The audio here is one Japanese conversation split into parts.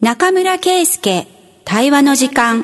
中村圭介対話の時間。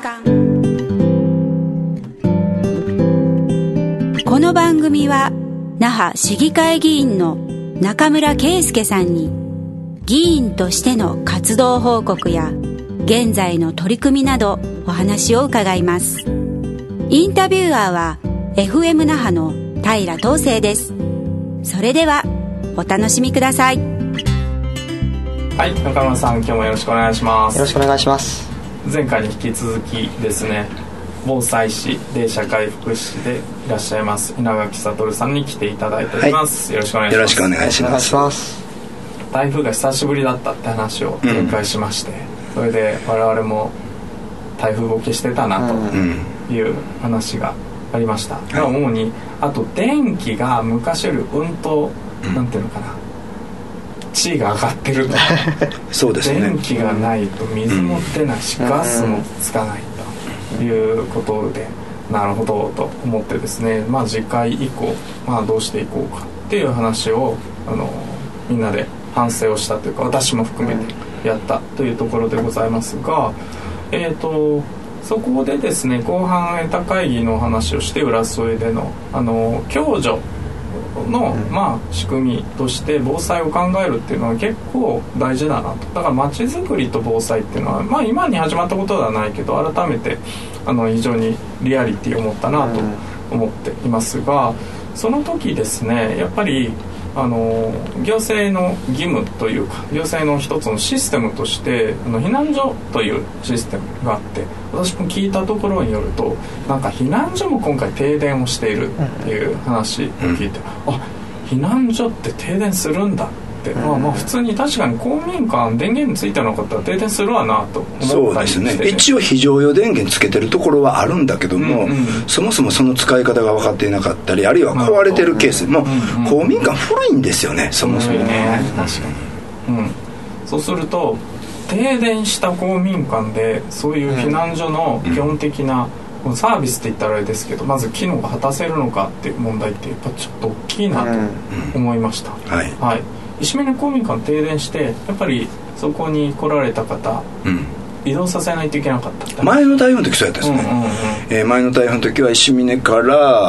この番組は那覇市議会議員の中村圭介さんに議員としての活動報告や現在の取り組みなどお話を伺います。インタビュアーは FM 那覇の平東成です。それではお楽しみください。 はい、中村さん、今日もよろしくお願いします。 よろしくお願いします。 前回に引き続きですね、防災士で社会福祉士でいらっしゃいます稲垣悟さんに来ていただいております、はい、よろしくお願いします。 よろしくお願いします。 台風が久しぶりだったって話を前回しまして、それで我々も台風動きしてたなという話がありました、主にあと電気が昔よりなんていうのかな、地位が上がってるとそうですね、 電気がないと水も出ないし、ガスもつかないということで、なるほどと思ってですね、次回以降、どうしていこうかっていう話をみんなで反省をしたというか、私も含めてやったというところでございますが、そこでですね、後半得た会議の話をして、浦添での共助の、仕組みとして防災を考えるっていうのは結構大事だなと。だから街づくりと防災っていうのは、今に始まったことではないけど、改めて非常にリアリティを持ったなと思っていますが、その時ですね、やっぱり行政の義務というか、行政の一つのシステムとして避難所というシステムがあって、私も聞いたところによると、なんか避難所も今回停電をしているっていう話を聞いて、避難所って停電するんだって、普通に確かに公民館電源ついてなかったら停電するわなと思ったりして、 そうですね、一応非常用電源つけてるところはあるんだけども、そもそもその使い方が分かっていなかったり、あるいは壊れてるケースも、公民館古いんですよね、そもそもね。確かに、そうすると停電した公民館でそういう避難所の基本的なサービスって言ったらあれですけど、まず機能が果たせるのかっていう問題ってやっぱちょっと大きいなと思いました、石峰公民館停電して、やっぱりそこに来られた方、移動させないといけなかった。 前の台風の時そうやったですね、前の台風の時は石峰から、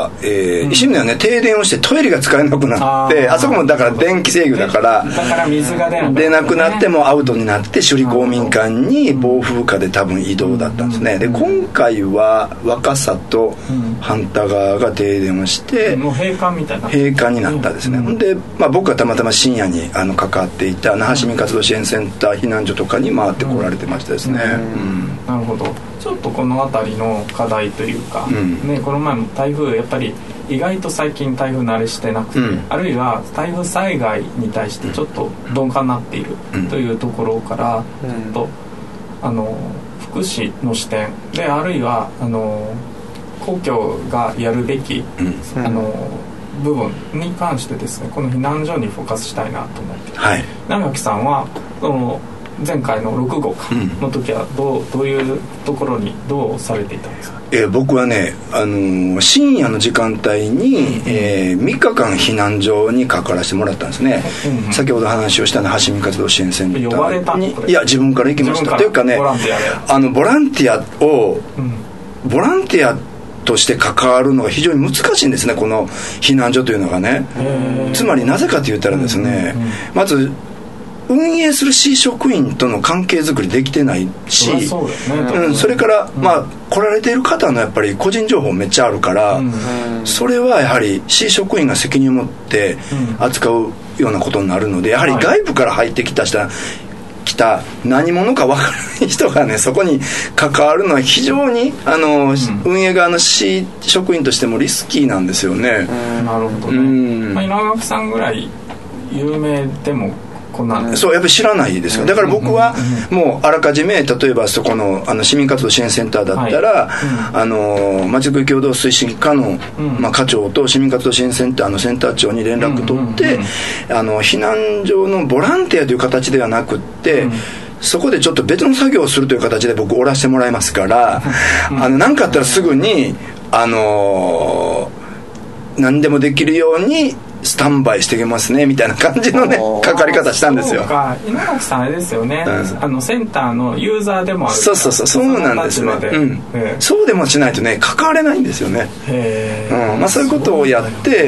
石峰はね、停電をしてトイレが使えなくなって、あそこもだから電気制御だから水が出なくなってもアウトになって、首里公民館に暴風下で多分移動だったんですね。で今回は若狭と反田川が停電をして、 もう閉館みたいな、 閉館になったですね。で、僕はたまたま深夜に関わっていた那覇市民活動支援センター避難所とかに回ってこられてましたですね。 なるほど。ちょっとこの辺りの課題というか、この前も台風、やっぱり意外と最近台風慣れしてなくて、あるいは台風災害に対してちょっと鈍感になっているというところから、ちょっと福祉の視点で、あるいは公共がやるべき、部分に関してですね、この避難所にフォーカスしたいなと思って、長木さんは前回の6号の時はどういうところにどうされていたんですか？ 僕はね、深夜の時間帯に、3日間避難所に関わらせてもらったんですね、先ほど話をした那覇市民活動支援センターに。 呼ばれた？いや、自分から行きました。というかね、ボランティアとして関わるのが非常に難しいんですね、この避難所というのがね。つまりなぜかと言ったらですね、まず運営する市職員との関係づくりできてないし、それから、来られている方のやっぱり個人情報めっちゃあるから、それはやはり市職員が責任を持って扱うようなことになるので、やはり外部から入ってきた何者か分からない人がね、そこに関わるのは非常に運営側の市職員としてもリスキーなんですよね。 なるほどね。稲垣さんぐらい有名でもそうやっぱり知らないですよ。だから僕はもうあらかじめ、例えばそこの市民活動支援センターだったら、まちづくり共同推進課の、課長と市民活動支援センターのセンター長に連絡取って、避難所のボランティアという形ではなくって、そこでちょっと別の作業をするという形で僕おらせてもらいますから何かあったらすぐに何でもできるようにスタンバイしてきますねみたいな感じのねかかり方したんですよ。 そうか、稲垣さんあれですよね、センターのユーザーでもある。 そうなんですね、そうでもしないとね関われないんですよね。そういうことをやって、で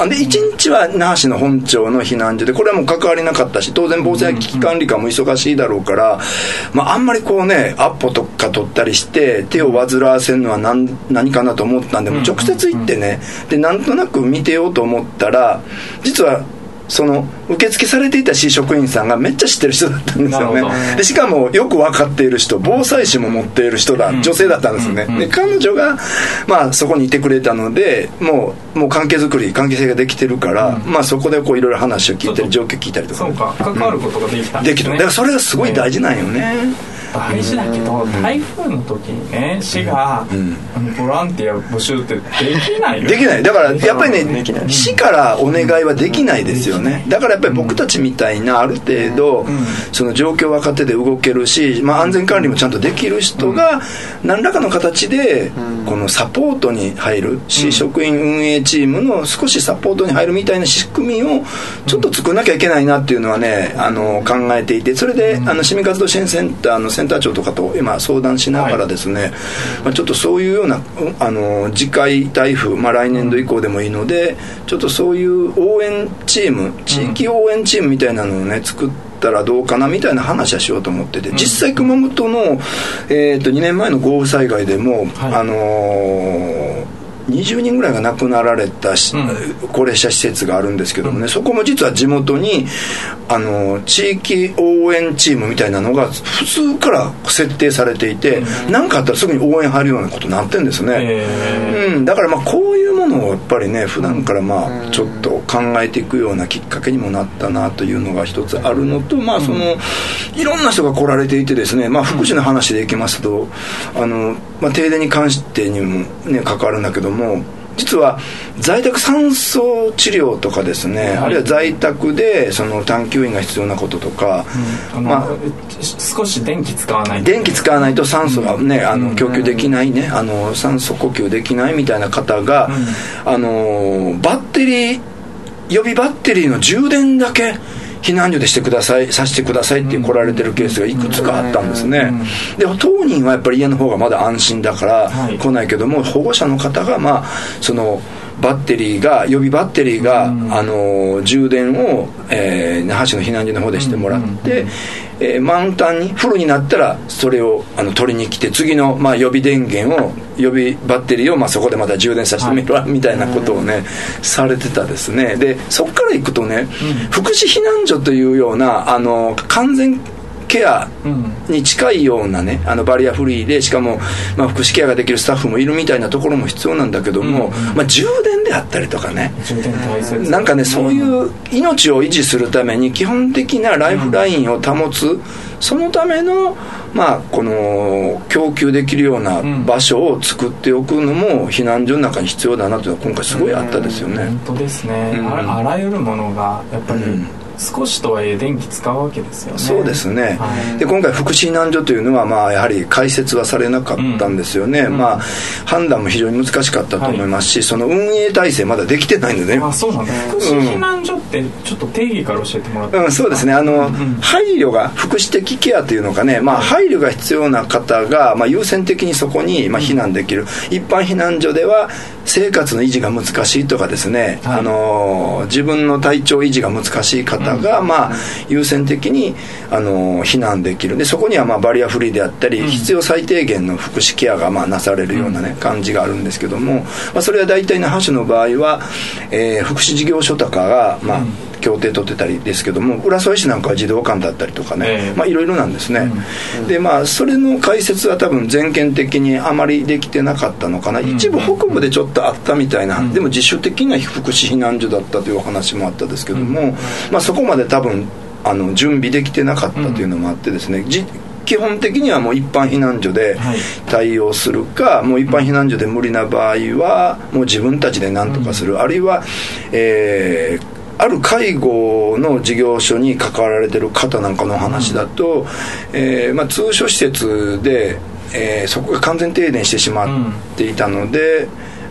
1日は那覇市の本庁の避難所で、これはもう関わりなかったし、当然防災危機管理課も忙しいだろうから、あんまりこうねアポとか取ったりして手を煩わせるのは何かなと思ったんで、もう直接行ってね、でなんとなく見てようと思ったら、実はその受付されていた市職員さんがめっちゃ知ってる人だったんですよね。でしかもよく分かっている人、防災士も持っている人だ、女性だったんですよね。で彼女がそこにいてくれたので、もう関係性ができてるから、そこでこういろいろ話を聞いたり状況聞いたりとか、 そうか、関わることができたんですね。だからそれがすごい大事なんよね。 大事だけど、台風の時にね市が、ボランティア募集ってできないよ。 できない。だからやっぱりね、市からお願いはできないですよね。だからやっぱり僕たちみたいなある程度、その状況分かってて動けるし、安全管理もちゃんとできる人が何らかの形でこのサポートに入る、市職員運営チームの少しサポートに入るみたいな仕組みをちょっと作らなきゃいけないなっていうのはね、考えていて、それで市民活動支援センターのセンター長とかと今相談しながらですね、ちょっとそういうような次回台風、来年度以降でもいいので、ちょっとそういう応援チーム、地域応援チームみたいなのをね作ったらどうかなみたいな話はしようと思ってて、実際熊本の、2年前の豪雨災害でも、20人ぐらいが亡くなられた高齢者施設があるんですけどもね、そこも実は地元に地域応援チームみたいなのが普通から設定されていて、何かあったらすぐに応援入るようなことになってるんですね。だからこういうものをやっぱりね普段からちょっと考えていくようなきっかけにもなったなというのが一つあるのと、そのいろんな人が来られていてですね、福祉の話でいきますと停電に関してにもね関わるんだけども、実は在宅酸素治療とかですね、あるいは在宅でその探求員が必要なこととか、 少し電気使わないと酸素がね供給できないね、酸素呼吸できないみたいな方が、バッテリー予備バッテリーの充電だけ避難所でさせてくださいって来られてるケースがいくつかあったんですね。で当人はやっぱり家の方がまだ安心だから来ないけども、保護者の方がその予備バッテリーが、充電を那覇市の避難所の方でしてもらって、満タンにフルになったらそれを取りに来て、次の、予備電源を予備バッテリーを、そこでまた充電させてみるみたいなことをねされてたですね。でそこから行くとね、福祉避難所というような完全ケアに近いようなねバリアフリーで、しかも、福祉ケアができるスタッフもいるみたいなところも必要なんだけども、充電であったりとかね、なんかねそういう命を維持するために基本的なライフラインを保つ、そのためのこの供給できるような場所を作っておくのも避難所の中に必要だなというのは今回すごいあったですよね。 本当ですね、あらゆるものがやっぱり、少しとはいえ電気使うわけですよね。 そうですね、で今回福祉避難所というのはやはり開設はされなかったんですよね。判断も非常に難しかったと思いますし、その運営体制まだできてないので、 そうなんです。福祉避難所ってちょっと定義から教えてもらっていいですか。 そうですね、配慮が福祉的ケアというのかね、配慮が必要な方が、優先的にそこに、避難できる。一般避難所では生活の維持が難しいとかですね、自分の体調維持が難しい方が、優先的に避難できる。でそこにはバリアフリーであったり、必要最低限の福祉ケアがなされるようなね、感じがあるんですけども、それは大体那覇市の場合は、福祉事業所とかが協定取ってたりですけども、浦添市なんかは児童館だったりとかね、いろいろなんですね。でそれの開設は多分全県的にあまりできてなかったのかな。一部北部でちょっとあったみたいな、でも自主的な福祉避難所だったというお話もあったですけども、そこまで多分準備できてなかったというのもあってですね、基本的にはもう一般避難所で対応するか、もう一般避難所で無理な場合はもう自分たちで何とかする、あるいはある介護の事業所に関わられてる方なんかの話だと、通所施設で、そこが完全停電してしまっていたので、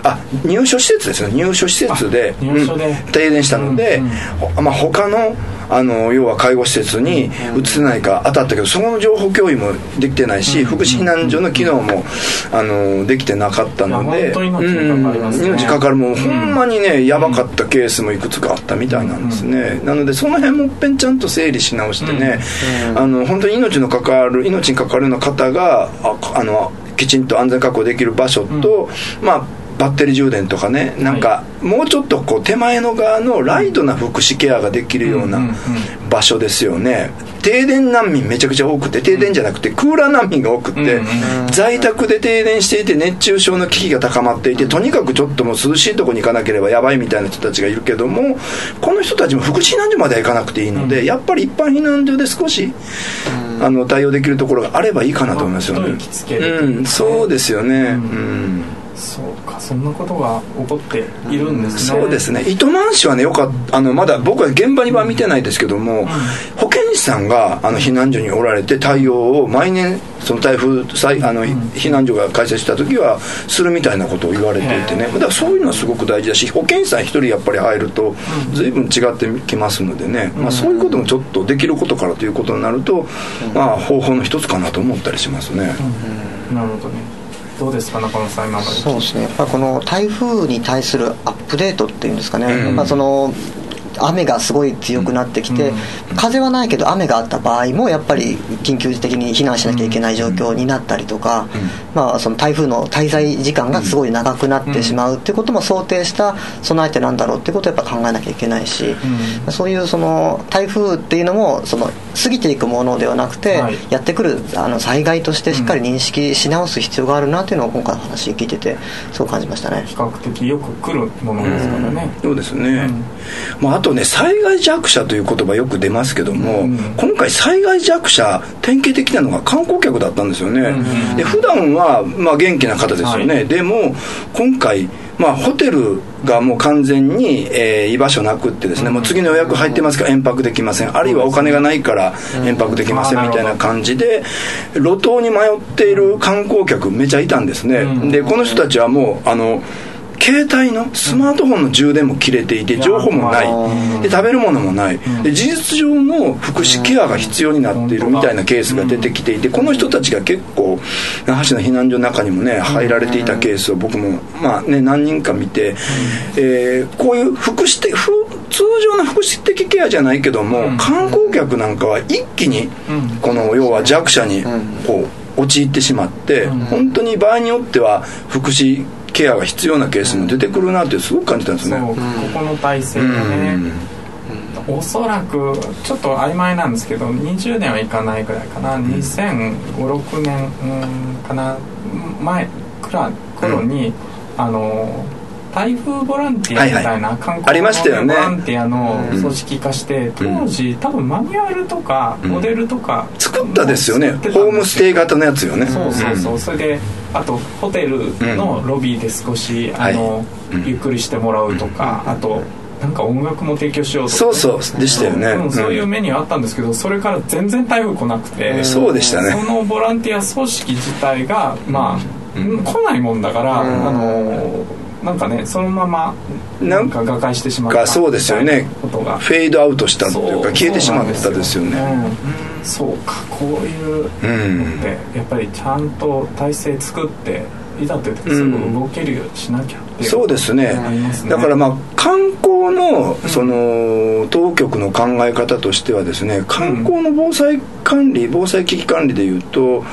入所施設ですね。入所施設で停電したので、他の要は介護施設に移せないか当たったけど、その情報共有もできてないし、福祉避難所の機能もできてなかったので、命かかる。もうほんまにね、やばかったケースもいくつかあったみたいなんですね。なのでその辺もっぺんちゃんと整理し直してね、本当に命に関わるような方がきちんと安全確保できる場所と、バッテリー充電とかね、なんかもうちょっとこう手前の側のライトな福祉ケアができるような場所ですよね。停電難民めちゃくちゃ多くて、停電じゃなくてクーラー難民が多くて、在宅で停電していて熱中症の危機が高まっていて、とにかくちょっともう涼しいとこに行かなければやばいみたいな人たちがいるけども、この人たちも福祉避難所までは行かなくていいので、やっぱり一般避難所で少し対応できるところがあればいいかなと思いますよね。そうですよね。 そうか、そんなことが起こっているんですね。 そうですね。糸満市はね、まだ僕は現場には見てないですけども、保健師さんが避難所におられて対応を毎年その台風避難所が開設した時はするみたいなことを言われていてね、だからそういうのはすごく大事だし、保健師さん一人やっぱり入ると随分違ってきますのでね、そういうこともちょっとできることからということになると、方法の一つかなと思ったりしますね。 なるほどね。どうですか、中野さん、今まで。 そうですね、この台風に対するアップデートっていうんですかね、雨がすごい強くなってきて、風はないけど雨があった場合もやっぱり緊急的に避難しなきゃいけない状況になったりとか、その台風の滞在時間がすごい長くなってしまうっていうことも想定した備えってなんだろうってことをやっぱ考えなきゃいけないし、そういうその台風っていうのも過ぎていくものではなくて、やってくる災害としてしっかり認識し直す必要があるなっていうのを今回の話聞いててそう感じましたね。 比較的よく来るものですからね。 そうですね。あとね、災害弱者という言葉よく出ますけども、今回災害弱者典型的なのが観光客だったんですよね。で普段は元気な方ですよね。でも今回ホテルがもう完全に、居場所なくってですね、もう次の予約入ってますから延泊できません、あるいはお金がないから延泊できませんみたいな感じで路頭に迷っている観光客めちゃいたんですね。でこの人たちはもう携帯のスマートフォンの充電も切れていて、情報もないで食べるものもないで、事実上の福祉ケアが必要になっているみたいなケースが出てきていて、この人たちが結構那覇市の避難所の中にもね入られていたケースを僕も何人か見て、こういう通常の福祉的ケアじゃないけども、観光客なんかは一気にこの要は弱者にこう陥ってしまって、本当に場合によっては福祉ケアが必要なケースも出てくるなってすごく感じたんですね。 ここの体制がね、おそらくちょっと曖昧なんですけど20年はいかないぐらいかな、2005、6年かな前くらい頃に、台風ボランティアみたいな観光のボランティアの組織化して、当時多分マニュアルとかモデルとか作ったですよね。ホームステイ型のやつよね。 そうそれであとホテルのロビーで少しゆっくりしてもらうとか、あとなんか音楽も提供しようとか、 そうでしたよね。 そういうメニューあったんですけど、それから全然台風来なくて、 そうでしたね。 そのボランティア組織自体が来ないもんだから、なんかね、そのままなんか瓦解してしまったそうですよね。フェードアウトしたというか消えてしまったですよね。 そうか、こういうのってやっぱりちゃんと体制作っていざという時すぐ動けるようにしなきゃっていう、 そうですね。だから観光のその当局の考え方としてはですね、観光の防災危機管理でいうと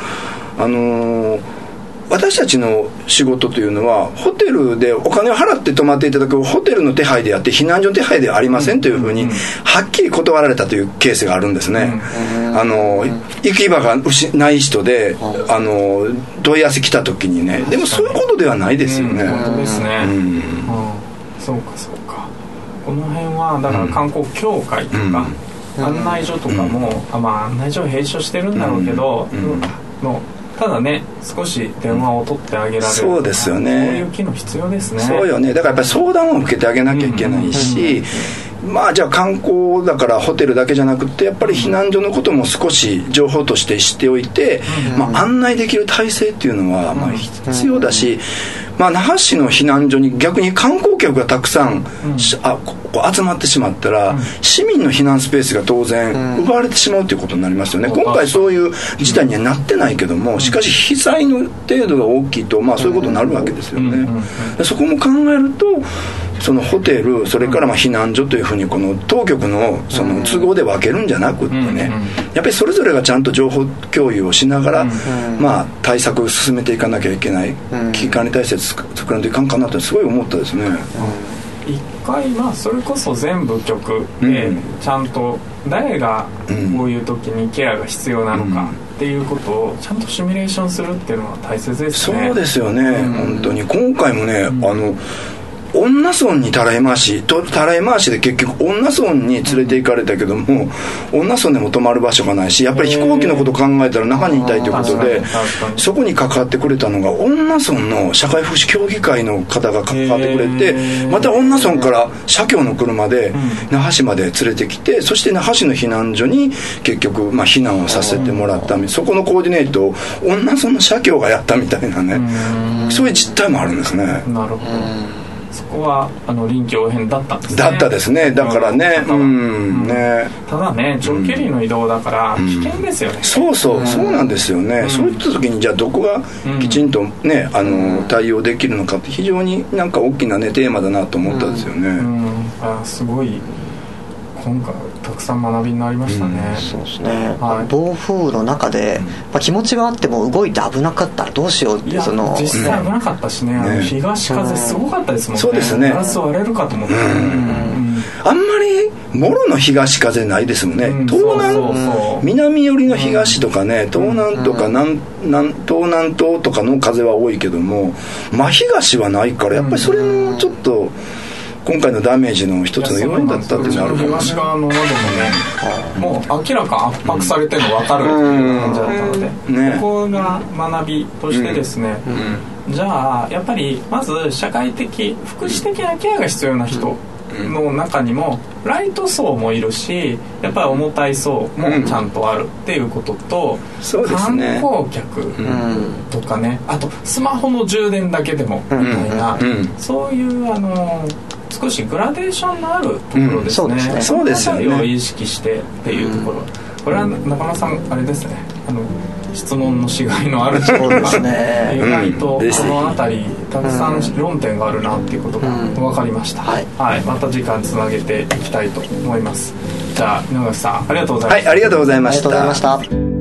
私たちの仕事というのはホテルでお金を払って泊まっていただくホテルの手配であって避難所の手配ではありませんというふうにはっきり断られたというケースがあるんですね。行き場がない人で問い合わせ来た時にね、でもそういうことではないですよね。 本当ですね。そうかこの辺はだから観光協会とか案内所とかも案内所を閉所してるんだろうけどただね、少し電話を取ってあげられる、 そうですよね。 そういう機能必要ですね。 そうよね。だからやっぱり相談を受けてあげなきゃいけないし、じゃあ観光だからホテルだけじゃなくてやっぱり避難所のことも少し情報として知っておいて、案内できる体制っていうのは必要だし、 那覇市の避難所に逆に観光客がたくさん、集まってしまったら、市民の避難スペースが当然奪われてしまうということになりますよね。今回そういう事態にはなってないけども、しかし被災の程度が大きいと、そういうことになるわけですよね。そこも考えると、そのホテル、それから避難所というふうにこの当局のその都合で分けるんじゃなくってね、やっぱりそれぞれがちゃんと情報共有をしながら、対策を進めていかなきゃいけない、危機管理体制作らないといかんかなとすごい思ったですね。 一回それこそ全部局でちゃんと誰がこういう時にケアが必要なのかっていうことをちゃんとシミュレーションするっていうのは大切ですね。 そうですよね、本当に今回もね、恩納村にたらい回しで結局恩納村に連れて行かれたけども、恩納村でも泊まる場所がないし、やっぱり飛行機のことを考えたら那覇にいたいということで、そこに関わってくれたのが恩納村の社会福祉協議会の方が関わってくれて、また恩納村から社協の車で那覇市まで連れてきて、そして那覇市の避難所に結局避難をさせてもらった、そこのコーディネートを恩納村の社協がやったみたいなね、そういう実態もあるんですね。 なるほど。そこは臨機応変だったんですね。 だったですね。だからね、 ただね、長距離の移動だから危険ですよね。 そうなんですよね。そういった時にじゃあどこがきちんとね、対応できるのかって非常になんか大きなねテーマだなと思ったんですよね。 すごい今回たくさん学びになりましたね。 そうですね。暴風の中で気持ちはあっても動いて危なかったらどうしようって実際危なかったしね。東風すごかったですもんね。 そうですね。 ガラス割れるかと思って。 あんまりもろの東風ないですもんね。東南南寄りの東とかね、東南とか東南東とかの風は多いけども、真東はないから、やっぱりそれもちょっと今回のダメージの一つの要因だったっていうのはあるかもしれない。 東側の窓もね、もう明らか圧迫されてるの分かるっていう感じだったので、ここが学びとしてですね、じゃあやっぱりまず社会的福祉的なケアが必要な人の中にもライト層もいるし、やっぱり重たい層もちゃんとあるっていうことと、観光客とかね、あとスマホの充電だけでもみたいな、そういう少しグラデーションのあるところですね。 そうですね。 その辺りを意識してっていうところ、これは中村さんあれですね、質問のしがいのあるところが意外とこの辺りたくさん論点があるなっていうことが分かりました。また時間つなげていきたいと思います。じゃあ井上さんありがとうございました。 ありがとうございました。